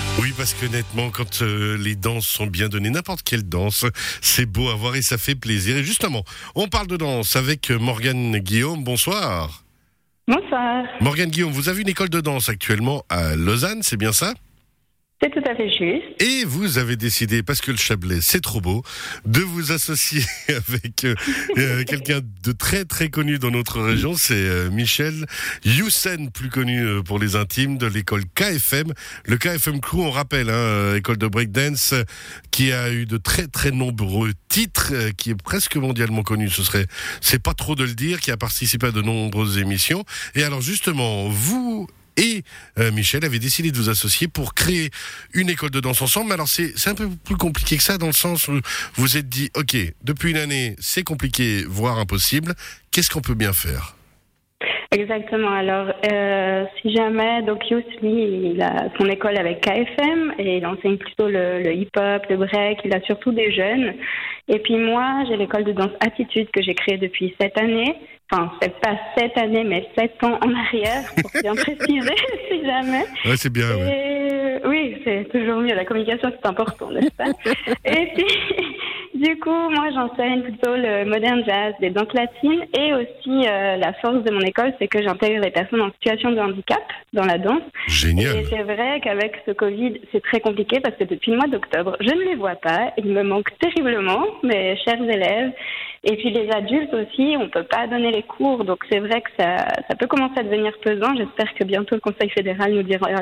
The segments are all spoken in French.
Oui, parce qu'honnêtement, quand les danses sont bien données, n'importe quelle danse, c'est beau à voir et ça fait plaisir. Et justement, on parle de danse avec Morgane Guillaume. Bonsoir. Bonsoir. Morgane Guillaume, vous avez une école de danse actuellement à Lausanne, c'est bien ça ? C'est tout à fait juste. Et vous avez décidé, parce que le Chablais c'est trop beau, de vous associer avec quelqu'un de très très connu dans notre région, c'est Michel Youssen, plus connu pour les intimes de l'école KFM. Le KFM Crew, on rappelle, école de breakdance qui a eu de très très nombreux titres, qui est presque mondialement connu, c'est pas trop de le dire, qui a participé à de nombreuses émissions. Et alors justement, vous et Michel avait décidé de vous associer pour créer une école de danse ensemble. Mais alors c'est un peu plus compliqué que ça, dans le sens où vous vous êtes dit, ok, depuis une année, c'est compliqué, voire impossible. Qu'est-ce qu'on peut bien faire ? Exactement. Alors, si jamais, donc Yous, lui, il a son école avec KFM et il enseigne plutôt le hip-hop, le break. Il a surtout des jeunes. Et puis moi, j'ai l'école de danse Attitude que j'ai créée depuis cette année. Enfin, c'est pas cette année, mais 7 ans en arrière, pour bien préciser, si jamais. Ouais, c'est bien, et... ouais. Oui, c'est toujours mieux. La communication, c'est important, n'est-ce pas ? Et puis, du coup, moi, j'enseigne plutôt le modern jazz, les danses latines, et aussi la force de mon école, c'est que j'intègre les personnes en situation de handicap dans la danse. Génial. Et c'est vrai qu'avec ce Covid, c'est très compliqué parce que depuis le mois d'octobre, je ne les vois pas. Ils me manquent terriblement, mes chers élèves. Et puis les adultes aussi, on peut pas donner les cours, donc c'est vrai que ça peut commencer à devenir pesant. J'espère que bientôt le Conseil fédéral nous dira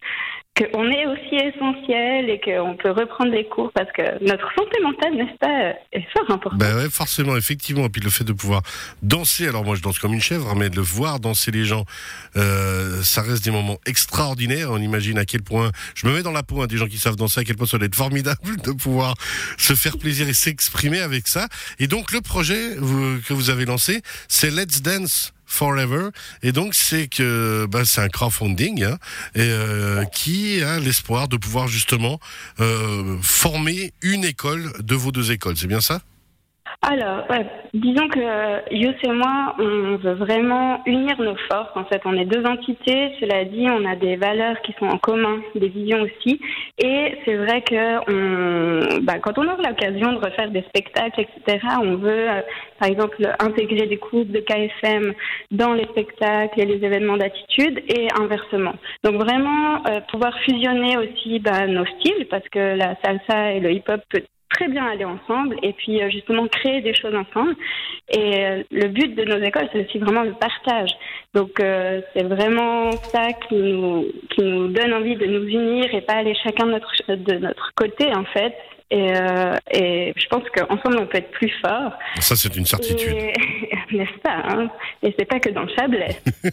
qu'on est aussi essentiel et qu'on peut reprendre les cours parce que notre santé mentale, n'est-ce pas, est fort importante. Ben ouais, forcément, effectivement. Et puis le fait de pouvoir danser, alors moi je danse comme une chèvre, mais de le voir danser les gens, ça reste des moments extraordinaires. On imagine à quel point, je me mets dans la peau des gens qui savent danser, à quel point ça doit être formidable de pouvoir se faire plaisir et s'exprimer avec ça. Et donc le projet que vous avez lancé, c'est Let's Dance Forever, et donc c'est un crowdfunding qui a l'espoir de pouvoir justement former une école de vos deux écoles, c'est bien ça ? Alors, disons que Yous et moi, on veut vraiment unir nos forces. En fait, on est deux entités. Cela dit, on a des valeurs qui sont en commun, des visions aussi. Et c'est vrai que quand on aura l'occasion de refaire des spectacles, etc., on veut, par exemple, intégrer des groupes de KFM dans les spectacles et les événements d'attitude et inversement. Donc vraiment, pouvoir fusionner aussi nos styles, parce que la salsa et le hip-hop peut très bien aller ensemble et puis justement créer des choses ensemble. Et le but de nos écoles, c'est aussi vraiment le partage. Donc c'est vraiment ça qui nous donne envie de nous unir et pas aller chacun de notre côté en fait. Et je pense qu'ensemble on peut être plus fort. Ça c'est une certitude. N'est-ce pas, hein ? Et c'est pas que dans le Chablais.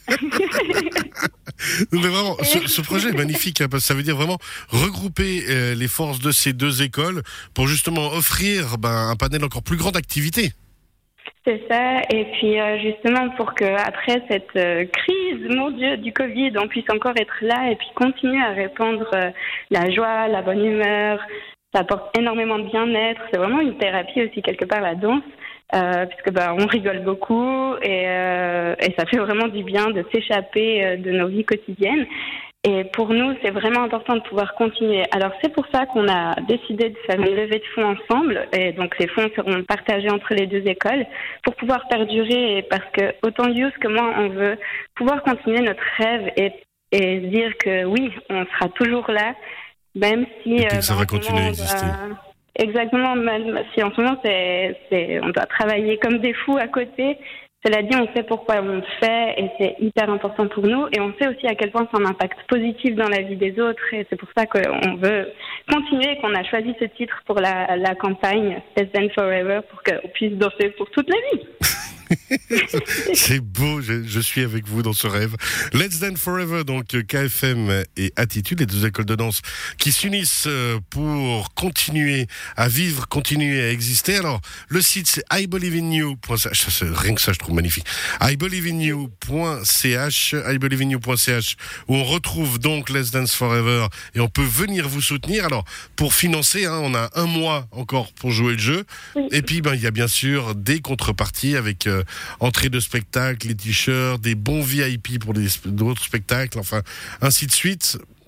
Mais vraiment, ce projet est magnifique, parce que ça veut dire vraiment regrouper les forces de ces deux écoles pour justement offrir un panel encore plus grand d'activités. C'est ça, et puis justement pour que après cette crise, mon Dieu, du Covid, on puisse encore être là et puis continuer à répandre la joie, la bonne humeur. Ça apporte énormément de bien-être. C'est vraiment une thérapie aussi quelque part, la danse, puisque on rigole beaucoup et ça fait vraiment du bien de s'échapper de nos vies quotidiennes. Et pour nous, c'est vraiment important de pouvoir continuer. Alors c'est pour ça qu'on a décidé de faire une levée de fonds ensemble. Et donc ces fonds seront partagés entre les deux écoles pour pouvoir perdurer. Parce que autant Yous que moi, on veut pouvoir continuer notre rêve et dire que oui, on sera toujours là. Même si ça va continuer à exister. Exactement, même si en ce moment on doit travailler comme des fous à côté. Cela dit, on sait pourquoi on le fait et c'est hyper important pour nous. Et on sait aussi à quel point c'est un impact positif dans la vie des autres. Et c'est pour ça qu'on veut continuer et qu'on a choisi ce titre pour la campagne Let's Dance Forever pour qu'on puisse danser pour toute la vie. C'est beau, je suis avec vous dans ce rêve. Let's Dance Forever, donc KFM et Attitude, les deux écoles de danse qui s'unissent pour continuer à vivre, continuer à exister. Alors, le site c'est ibelieveinyou.ch, rien que ça je trouve magnifique. ibelieveinyou.ch, où on retrouve donc Let's Dance Forever et on peut venir vous soutenir. Alors, pour financer, on a 1 mois encore pour jouer le jeu. Oui. Et puis, il y a bien sûr des contreparties avec entrée de spectacle, les t-shirts, des bons VIP pour d'autres spectacles, enfin, ainsi de suite.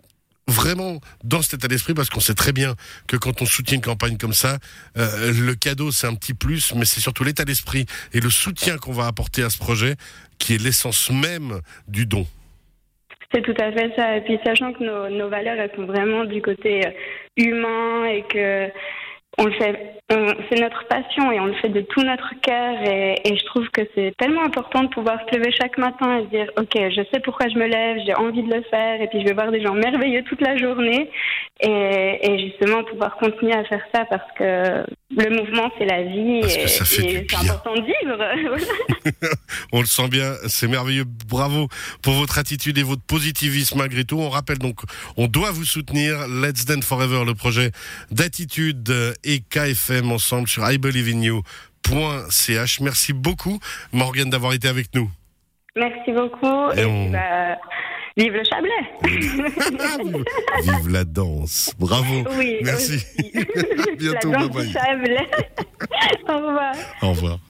vraiment dans cet état d'esprit, parce qu'on sait très bien que quand on soutient une campagne comme ça, le cadeau c'est un petit plus, mais c'est surtout l'état d'esprit et le soutien qu'on va apporter à ce projet qui est l'essence même du don. C'est tout à fait ça. Et puis sachant que nos valeurs, elles sont vraiment du côté humain et que c'est notre passion et on le fait de tout notre cœur et je trouve que c'est tellement important de pouvoir se lever chaque matin et se dire ok, je sais pourquoi je me lève, j'ai envie de le faire et puis je vais voir des gens merveilleux toute la journée et justement pouvoir continuer à faire ça parce que le mouvement c'est la vie et c'est important de vivre. On le sent bien, c'est merveilleux, bravo pour votre attitude et votre positivisme malgré tout. On rappelle donc, on doit vous soutenir, Let's Dance Forever, le projet d'Attitude et KFM ensemble sur ibelieveinyou.ch. Merci beaucoup Morgane d'avoir été avec nous. Merci beaucoup vive le Chablais. Vive la danse. Bravo. Oui, merci. À bientôt. La danse du Chablais. Au revoir. Au revoir.